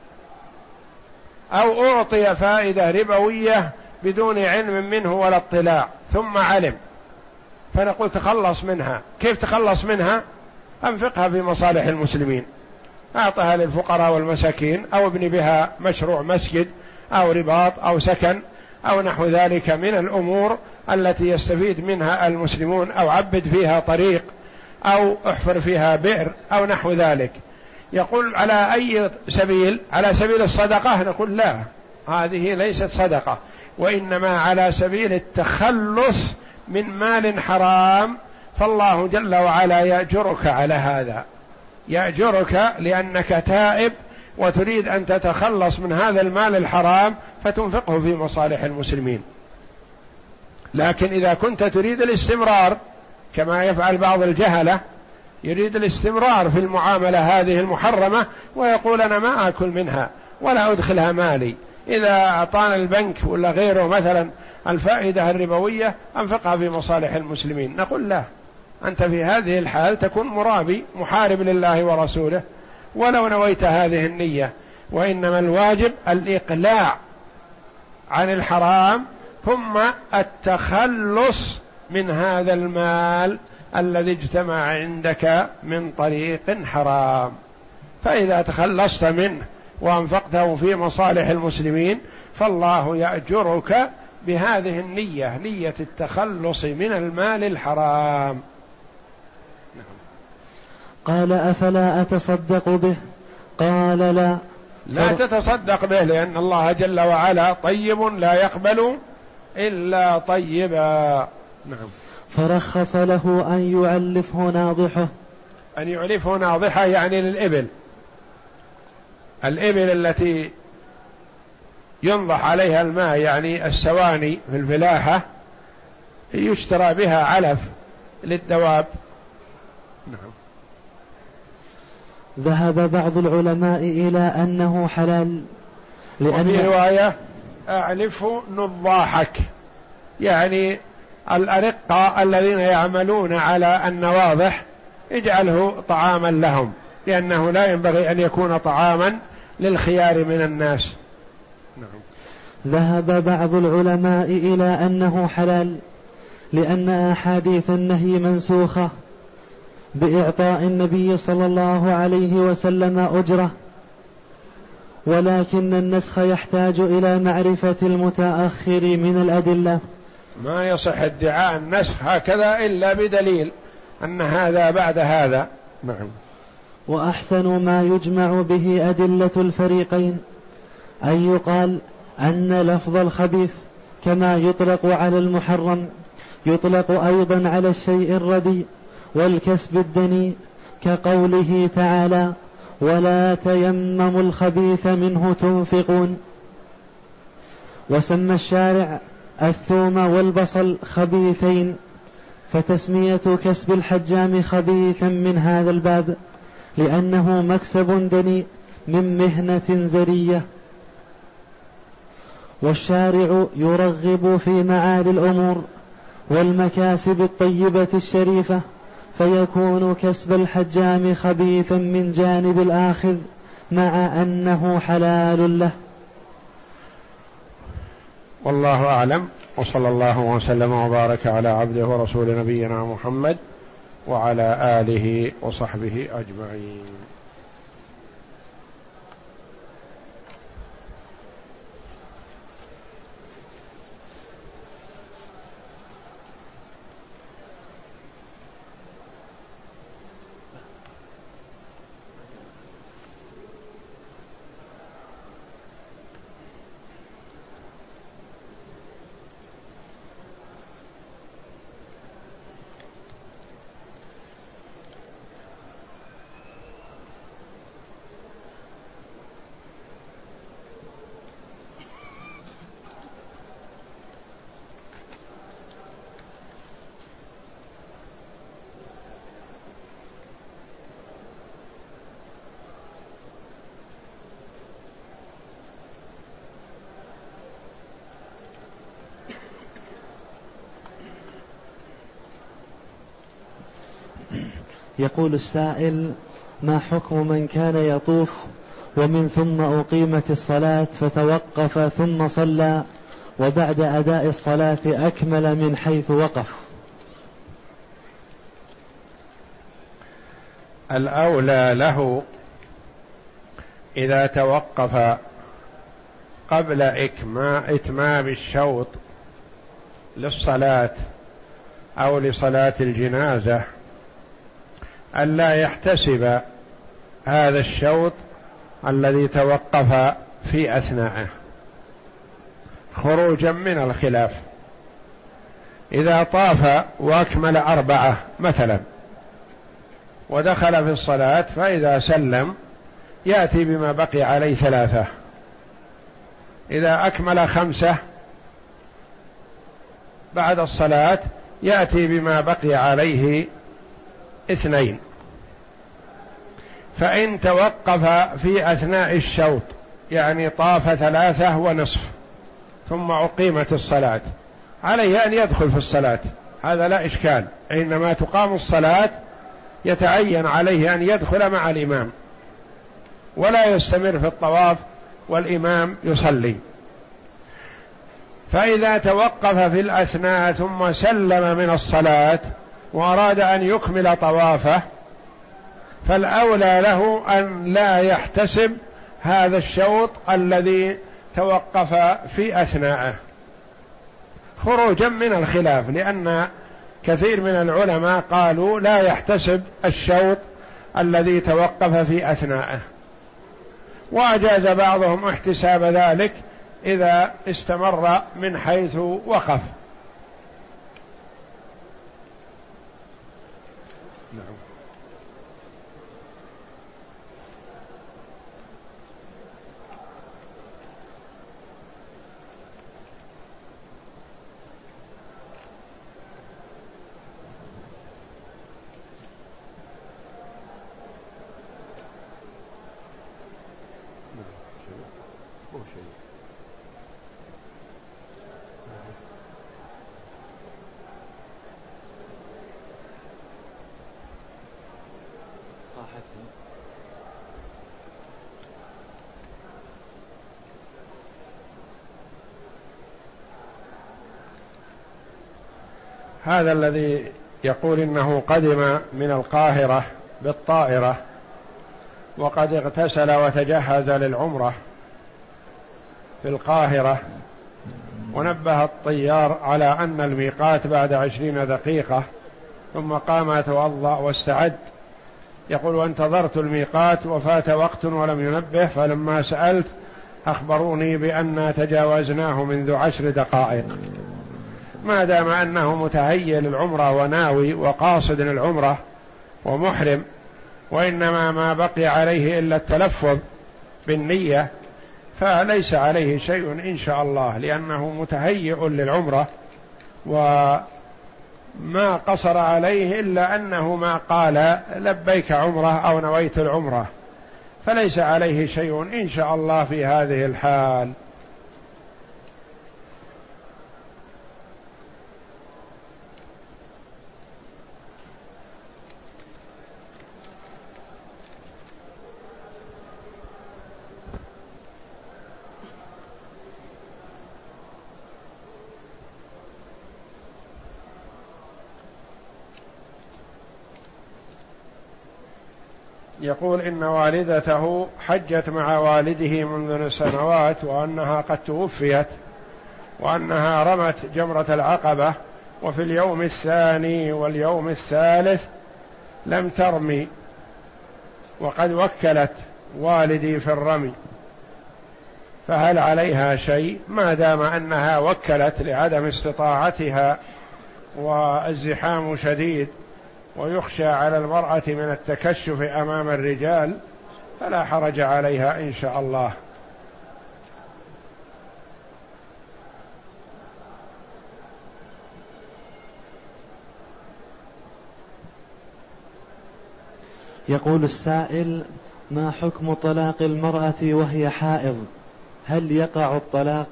أو أعطي فائدة ربوية بدون علم منه ولا اطلاع ثم علم، فنقول تخلص منها. كيف تخلص منها؟ أنفقها في مصالح المسلمين، أعطها للفقراء والمساكين، أو ابني بها مشروع مسجد أو رباط أو سكن أو نحو ذلك من الأمور التي يستفيد منها المسلمون، أو عبد فيها طريق أو احفر فيها بئر أو نحو ذلك. يقول على أي سبيل؟ على سبيل الصدقة؟ نقول لا، هذه ليست صدقة، وإنما على سبيل التخلص من مال حرام، فالله جل وعلا يأجرك على هذا، يأجرك لأنك تائب وتريد أن تتخلص من هذا المال الحرام فتنفقه في مصالح المسلمين. لكن إذا كنت تريد الاستمرار كما يفعل بعض الجهلة، يريد الاستمرار في المعاملة هذه المحرمة ويقول أنا ما أكل منها ولا أدخلها مالي، إذا أعطانا البنك ولا غيره مثلا الفائدة الربوية أنفقها في مصالح المسلمين، نقول لا، أنت في هذه الحال تكون مرابي محارب لله ورسوله ولو نويت هذه النية. وإنما الواجب الإقلاع عن الحرام ثم التخلص من هذا المال الذي اجتمع عندك من طريق حرام. فإذا تخلصت منه وأنفقته في مصالح المسلمين فالله يأجرك بهذه النية، نية التخلص من المال الحرام. قال: أفلا أتصدق به؟ قال: لا. لا تتصدق به، لأن الله جل وعلا طيب لا يقبل إلا طيبا. نعم. فرخص له أن يعلفه ناضحه. أن يعلفه ناضحه يعني للإبل، الإبل التي ينضح عليها الماء، يعني السواني في الفلاحة يشترى بها علف للدواب. نعم. ذهب بعض العلماء إلى أنه حلال، وفي رواية أعلفه نضاحك، يعني الأرقة الذين يعملون على النواضح اجعله طعاما لهم، لأنه لا ينبغي أن يكون طعاما للخيار من الناس. نعم. ذهب بعض العلماء إلى أنه حلال، لأن أحاديث النهي منسوخة بإعطاء النبي صلى الله عليه وسلم أجرة، ولكن النسخ يحتاج إلى معرفة المتأخر من الأدلة. ما يصح ادعاء النسخ هكذا إلا بدليل أن هذا بعد هذا. نعم. وأحسن ما يجمع به أدلة الفريقين أن يقال أن لفظ الخبيث كما يطلق على المحرم يطلق أيضا على الشيء الرديء والكسب الدنيء، كقوله تعالى: ولا تيمموا الخبيث منه تنفقون. وسمى الشارع الثوم والبصل خبيثين، فتسمية كسب الحجام خبيثا من هذا الباب لأنه مكسب دنيء من مهنة زرية. والشارع يرغب في معالي الأمور والمكاسب الطيبة الشريفة، فيكون كسب الحجام خبيثا من جانب الآخذ مع أنه حلال له. والله أعلم، وصلى الله وسلم وبارك على عبده ورسول نبينا محمد وعلى آله وصحبه أجمعين. يقول السائل: ما حكم من كان يطوف ومن ثم أقيمت الصلاة فتوقف ثم صلى وبعد أداء الصلاة أكمل من حيث وقف؟ الأولى له إذا توقف قبل إتمام الشوط للصلاة أو لصلاة الجنازة ألا يحتسب هذا الشوط الذي توقف في أثناءه، خروجا من الخلاف. إذا طاف وأكمل 4 مثلا ودخل في الصلاة، فإذا سلم يأتي بما بقي عليه 3. إذا أكمل 5 بعد الصلاة يأتي بما بقي عليه 2. فإن توقف في أثناء الشوط يعني طاف 3.5 ثم أقيمت الصلاة، عليه أن يدخل في الصلاة، هذا لا إشكال. حينما تقام الصلاة يتعين عليه أن يدخل مع الإمام ولا يستمر في الطواف والإمام يصلي. فإذا توقف في الأثناء ثم سلم من الصلاة وأراد أن يكمل طوافه، فالأولى له أن لا يحتسب هذا الشوط الذي توقف في أثناءه، خروجا من الخلاف، لأن كثير من العلماء قالوا لا يحتسب الشوط الذي توقف في أثناءه، وأجاز بعضهم احتساب ذلك إذا استمر من حيث وقف. نعم. هذا الذي يقول إنه قدم من القاهرة بالطائرة وقد اغتسل وتجهز للعمرة في القاهرة، ونبه الطيار على أن الميقات بعد 20 دقيقة، ثم قام يتوضأ واستعد. يقول: وانتظرت الميقات وفات وقت ولم ينبه، فلما سألت أخبروني بأن تجاوزناه منذ 10 دقائق. ما دام أنه متهيئ للعمرة وناوي وقاصد للعمرة ومحرم، وإنما ما بقي عليه إلا التلفظ بالنية، فليس عليه شيء إن شاء الله، لأنه متهيئ للعمرة، وما قصر عليه إلا أنه ما قال لبيك عمرة أو نويت العمرة، فليس عليه شيء إن شاء الله في هذه الحال. يقول إن والدته حجت مع والده منذ سنوات، وأنها قد توفيت، وأنها رمت جمرة العقبة، وفي اليوم الثاني واليوم الثالث لم ترمي، وقد وكلت والدي في الرمي، فهل عليها شيء؟ ما دام أنها وكلت لعدم استطاعتها والزحام شديد ويخشى على المرأة من التكشف أمام الرجال، فلا حرج عليها إن شاء الله. يقول السائل: ما حكم طلاق المرأة وهي حائض؟ هل يقع الطلاق؟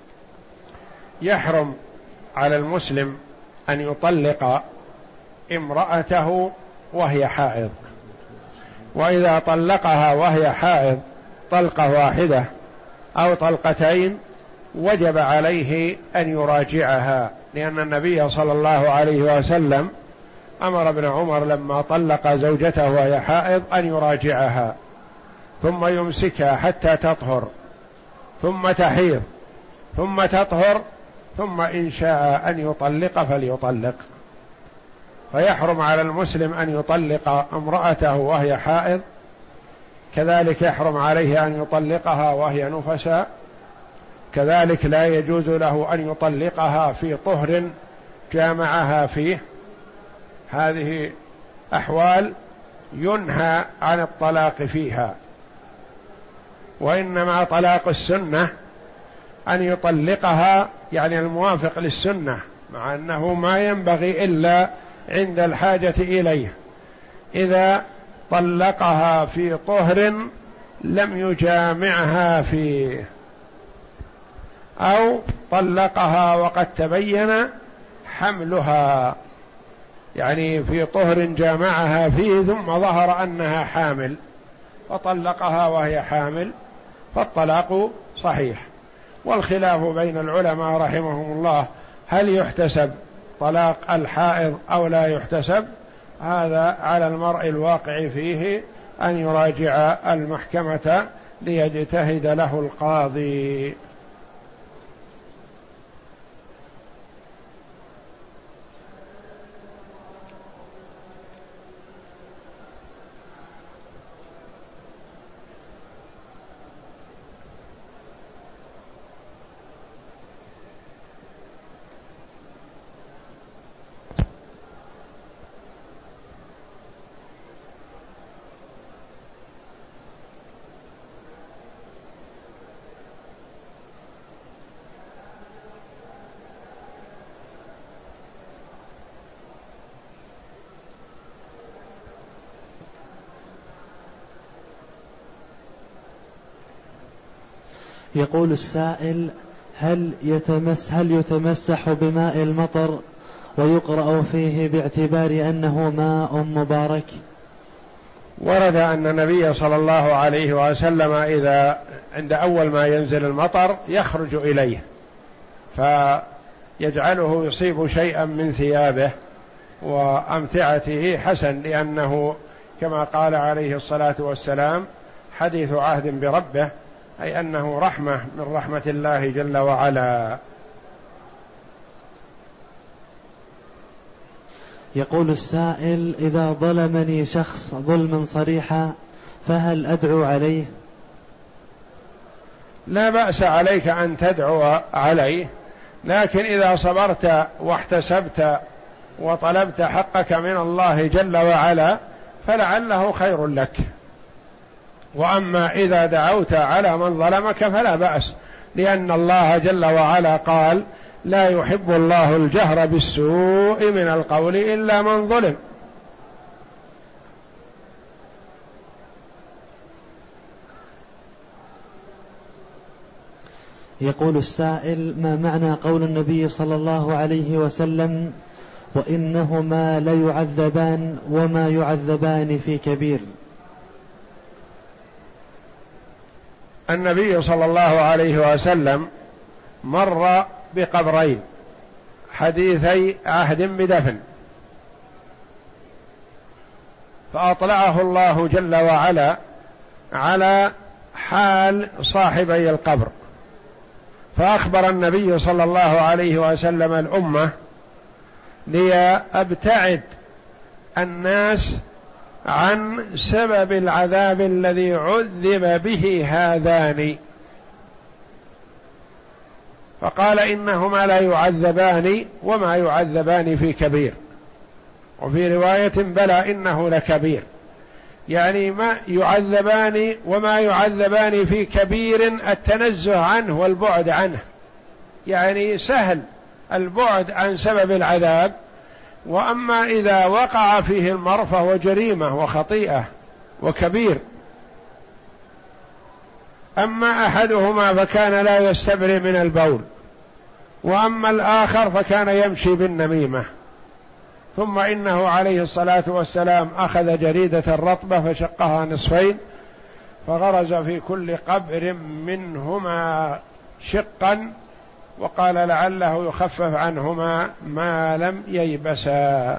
يحرم على المسلم أن يطلق امرأته وهي حائض، وإذا طلقها وهي حائض طلقة واحدة أو طلقتين وجب عليه أن يراجعها، لأن النبي صلى الله عليه وسلم أمر ابن عمر لما طلق زوجته وهي حائض أن يراجعها، ثم يمسكها حتى تطهر، ثم تحيض، ثم تطهر، ثم إن شاء أن يطلق فليطلق. فيحرم على المسلم أن يطلق امرأته وهي حائض، كذلك يحرم عليه أن يطلقها وهي نفساء، كذلك لا يجوز له أن يطلقها في طهر جامعها فيه. هذه أحوال ينهى عن الطلاق فيها، وإنما طلاق السنة أن يطلقها، يعني الموافق للسنة، مع أنه ما ينبغي إلا عند الحاجة إليه. إذا طلقها في طهر لم يجامعها فيه، أو طلقها وقد تبين حملها، يعني في طهر جامعها فيه ثم ظهر أنها حامل فطلقها وهي حامل، فالطلاق صحيح. والخلاف بين العلماء رحمهم الله هل يحتسب طلاق الحائض أو لا يحتسب، هذا على المرء الواقع فيه أن يراجع المحكمة ليجتهد له القاضي. يقول السائل: هل يتمسح بماء المطر ويقرأ فيه باعتبار أنه ماء مبارك؟ ورد أن النبي صلى الله عليه وسلم إذا عند أول ما ينزل المطر يخرج إليه فيجعله يصيب شيئا من ثيابه وأمتعته حسن، لأنه كما قال عليه الصلاة والسلام حديث عهد بربه، أي أنه رحمة من رحمة الله جل وعلا. يقول السائل: إذا ظلمني شخص ظلما صريحا فهل أدعو عليه؟ لا بأس عليك أن تدعو عليه، لكن إذا صبرت واحتسبت وطلبت حقك من الله جل وعلا فلعله خير لك. وأما إذا دعوت على من ظلمك فلا بأس، لأن الله جل وعلا قال: لا يحب الله الجهر بالسوء من القول إلا من ظلم. يقول السائل: ما معنى قول النبي صلى الله عليه وسلم: وإنهما ليعذبان وما يعذبان في كبير؟ النبي صلى الله عليه وسلم مر بقبرين حديثي عهد بدفن، فأطلعه الله جل وعلا على حال صاحبي القبر، فأخبر النبي صلى الله عليه وسلم الأمة ليبتعد الناس عن سبب العذاب الذي عذب به هذان، فقال: إنهما لا يعذبان وما يعذبان في كبير، وفي رواية: بلى إنه لكبير، يعني ما يعذبان وما يعذبان في كبير التنزه عنه والبعد عنه، يعني سهل البعد عن سبب العذاب، وأما إذا وقع فيه المرء فهو جريمة وخطيئة وكبير. أما أحدهما فكان لا يستبرئ من البول، وأما الآخر فكان يمشي بالنميمة. ثم إنه عليه الصلاة والسلام أخذ جريدة رطبة فشقها نصفين، فغرز في كل قبر منهما شقا، وقال لعله يخفف عنهما ما لم ييبسا.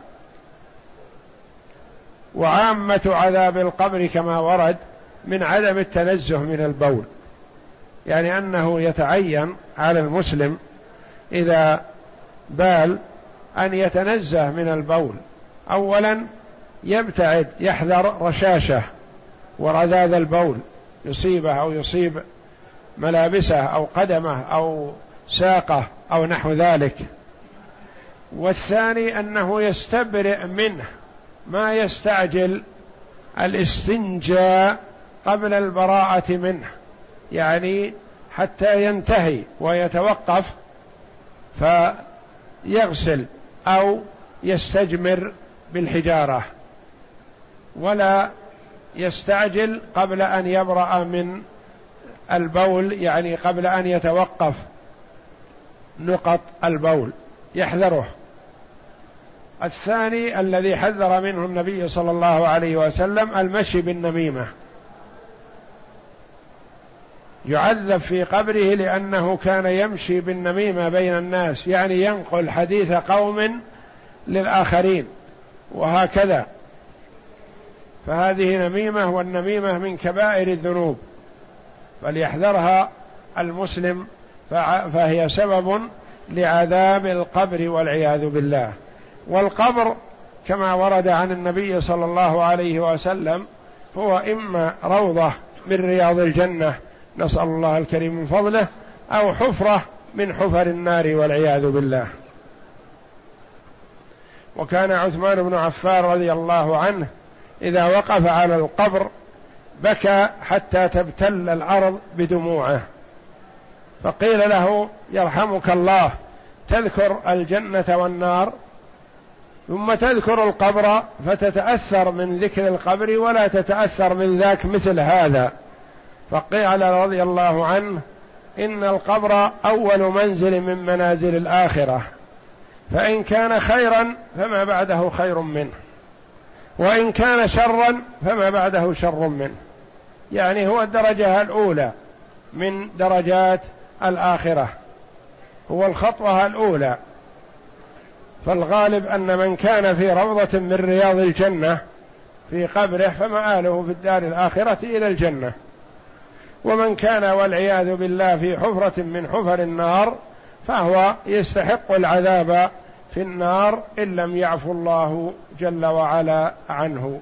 وعامة عذاب القبر كما ورد من عدم التنزه من البول، يعني أنه يتعين على المسلم إذا بال أن يتنزه من البول. أولا يبتعد، يحذر رشاشه ورذاذ البول يصيبه أو يصيب ملابسه أو قدمه أو ساقه أو نحو ذلك. والثاني أنه يستبرئ منه، ما يستعجل الاستنجاء قبل البراءة منه، يعني حتى ينتهي ويتوقف فيغسل أو يستجمر بالحجارة، ولا يستعجل قبل أن يبرأ من البول، يعني قبل أن يتوقف نقط البول يحذره. الثاني الذي حذر منه النبي صلى الله عليه وسلم المشي بالنميمة، يعذب في قبره لأنه كان يمشي بالنميمة بين الناس، يعني ينقل حديث قوم للآخرين وهكذا، فهذه نميمة، والنميمة من كبائر الذنوب فليحذرها المسلم، فهي سبب لعذاب القبر والعياذ بالله. والقبر كما ورد عن النبي صلى الله عليه وسلم هو إما روضة من رياض الجنة نسأل الله الكريم من فضله، أو حفرة من حفر النار والعياذ بالله. وكان عثمان بن عفان رضي الله عنه إذا وقف على القبر بكى حتى تبتل الأرض بدموعه، فقيل له: يرحمك الله، تذكر الجنة والنار ثم تذكر القبر فتتأثر من ذكر القبر ولا تتأثر من ذاك مثل هذا؟ فقال رضي الله عنه: إن القبر أول منزل من منازل الآخرة، فإن كان خيرا فما بعده خير منه، وإن كان شرا فما بعده شر منه، يعني هو الدرجة الأولى من درجات الآخرة، هو الخطوة الأولى. فالغالب أن من كان في روضة من رياض الجنة في قبره فمآله في الدار الآخرة إلى الجنة، ومن كان والعياذ بالله في حفرة من حفر النار فهو يستحق العذاب في النار إن لم يعفو الله جل وعلا عنه.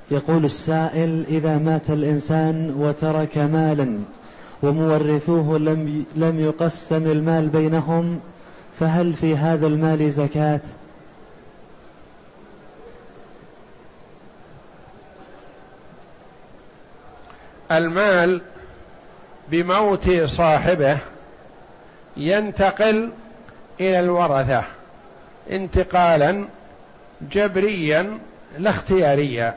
يقول السائل: إذا مات الإنسان وترك مالا ومورثوه لم يقسم المال بينهم، فهل في هذا المال زكاة؟ المال بموت صاحبه ينتقل إلى الورثة انتقالا جبريا لا اختياريا،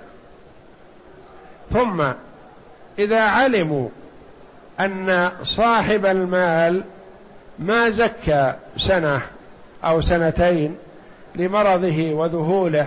ثم إذا علموا أن صاحب المال ما زكى سنة أو سنتين لمرضه وذهوله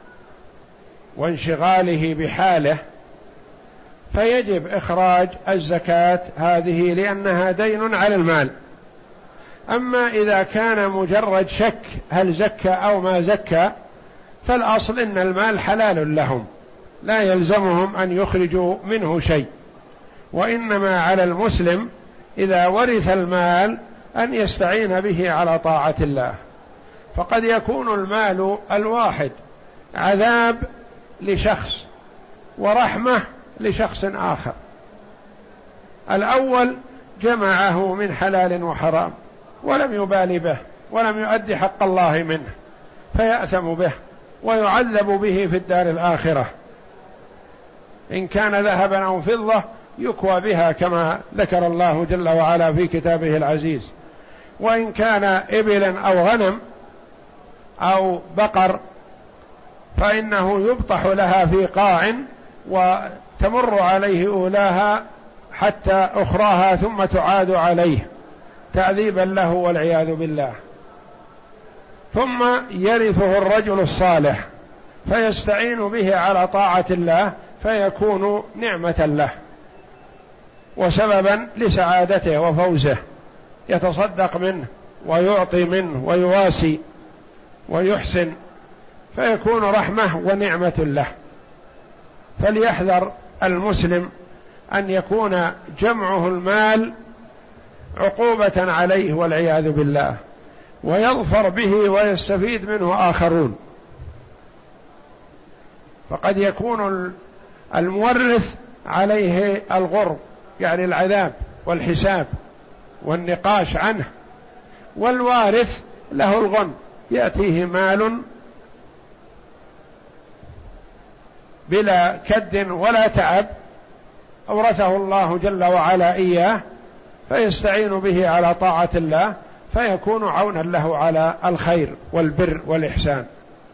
وانشغاله بحاله، فيجب إخراج الزكاة هذه لأنها دين على المال. أما إذا كان مجرد شك هل زكى أو ما زكى، فالأصل إن المال حلال لهم لا يلزمهم أن يخرجوا منه شيء، وإنما على المسلم إذا ورث المال أن يستعين به على طاعة الله. فقد يكون المال الواحد عذاب لشخص ورحمة لشخص آخر، الأول جمعه من حلال وحرام ولم يبالي به ولم يؤدي حق الله منه فيأثم به ويعذب به في الدار الآخرة، إن كان ذهبا أو فضة يكوى بها كما ذكر الله جل وعلا في كتابه العزيز، وإن كان إبلا أو غنم أو بقر فإنه يبطح لها في قاع وتمر عليه أولاها حتى أخراها ثم تعاد عليه تعذيبا له والعياذ بالله. ثم يرثه الرجل الصالح فيستعين به على طاعة الله فيكون نعمة له وسببا لسعادته وفوزه، يتصدق منه ويعطي منه ويواسي ويحسن فيكون رحمة ونعمة له. فليحذر المسلم أن يكون جمعه المال عقوبة عليه والعياذ بالله، ويظفر به ويستفيد منه آخرون. فقد يكون المورث عليه الغرب يعني العذاب والحساب والنقاش عنه، والوارث له الغنم يأتيه مال بلا كد ولا تعب أورثه الله جل وعلا إياه فيستعين به على طاعة الله فيكون عونا له على الخير والبر والإحسان.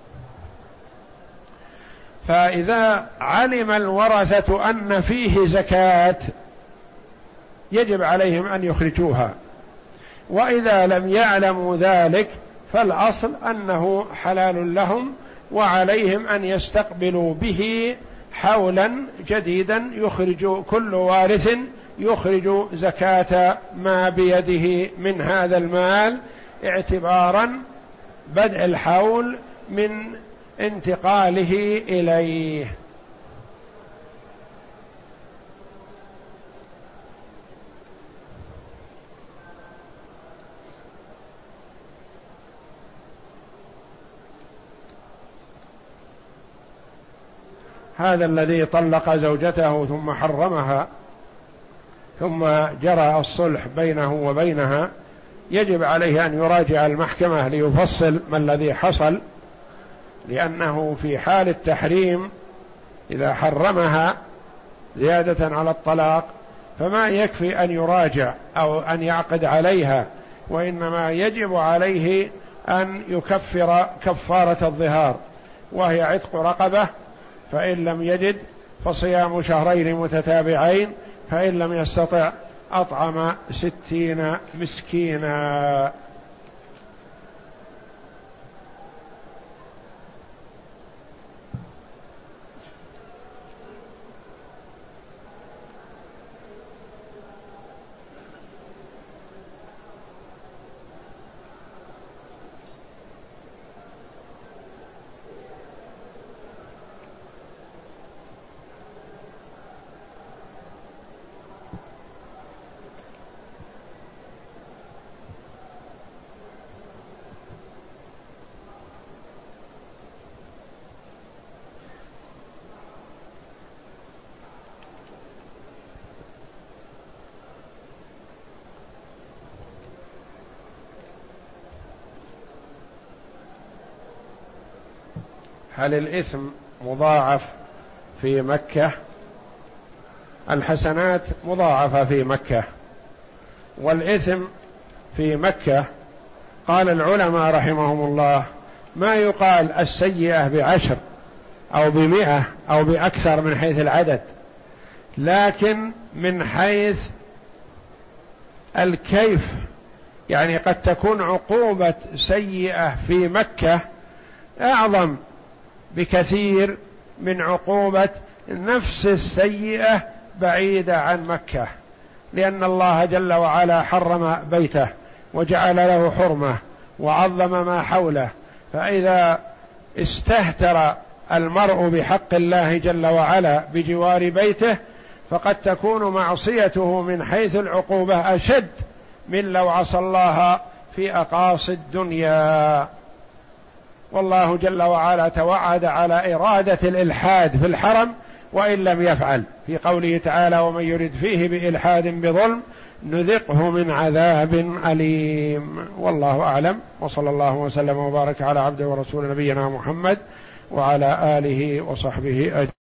فإذا علم الورثة أن فيه زكاة يجب عليهم أن يخرجوها، وإذا لم يعلموا ذلك فالأصل أنه حلال لهم، وعليهم أن يستقبلوا به حولا جديدا يخرج كل وارث يخرج زكاة ما بيده من هذا المال اعتبارا بدء الحول من انتقاله إليه. هذا الذي طلق زوجته ثم حرمها ثم جرى الصلح بينه وبينها يجب عليه أن يراجع المحكمة ليفصل ما الذي حصل، لأنه في حال التحريم إذا حرمها زيادة على الطلاق فما يكفي أن يراجع أو أن يعقد عليها، وإنما يجب عليه أن يكفر كفارة الظهار وهي عتق رقبة، فإن لم يجد فصيام شهرين متتابعين، فإن لم يستطع أطعم 60 مسكينا. هل الإثم مضاعف في مكة؟ الحسنات مضاعفة في مكة، والإثم في مكة قال العلماء رحمهم الله ما يقال السيئة ب10 أو ب100 أو بأكثر من حيث العدد، لكن من حيث الكيف، يعني قد تكون عقوبة سيئة في مكة أعظم بكثير من عقوبة نفس السيئة بعيدة عن مكة، لأن الله جل وعلا حرم بيته وجعل له حرمة وعظم ما حوله، فإذا استهتر المرء بحق الله جل وعلا بجوار بيته فقد تكون معصيته من حيث العقوبة أشد من لو عصى الله في أقاصي الدنيا. والله جل وعلا توعد على إرادة الإلحاد في الحرم وإن لم يفعل في قوله تعالى ومن يرد فيه بإلحاد بظلم نذقه من عذاب أليم. والله أعلم، وصلى الله وسلم وبارك على عبده ورسول نبينا محمد وعلى آله وصحبه أجمعين.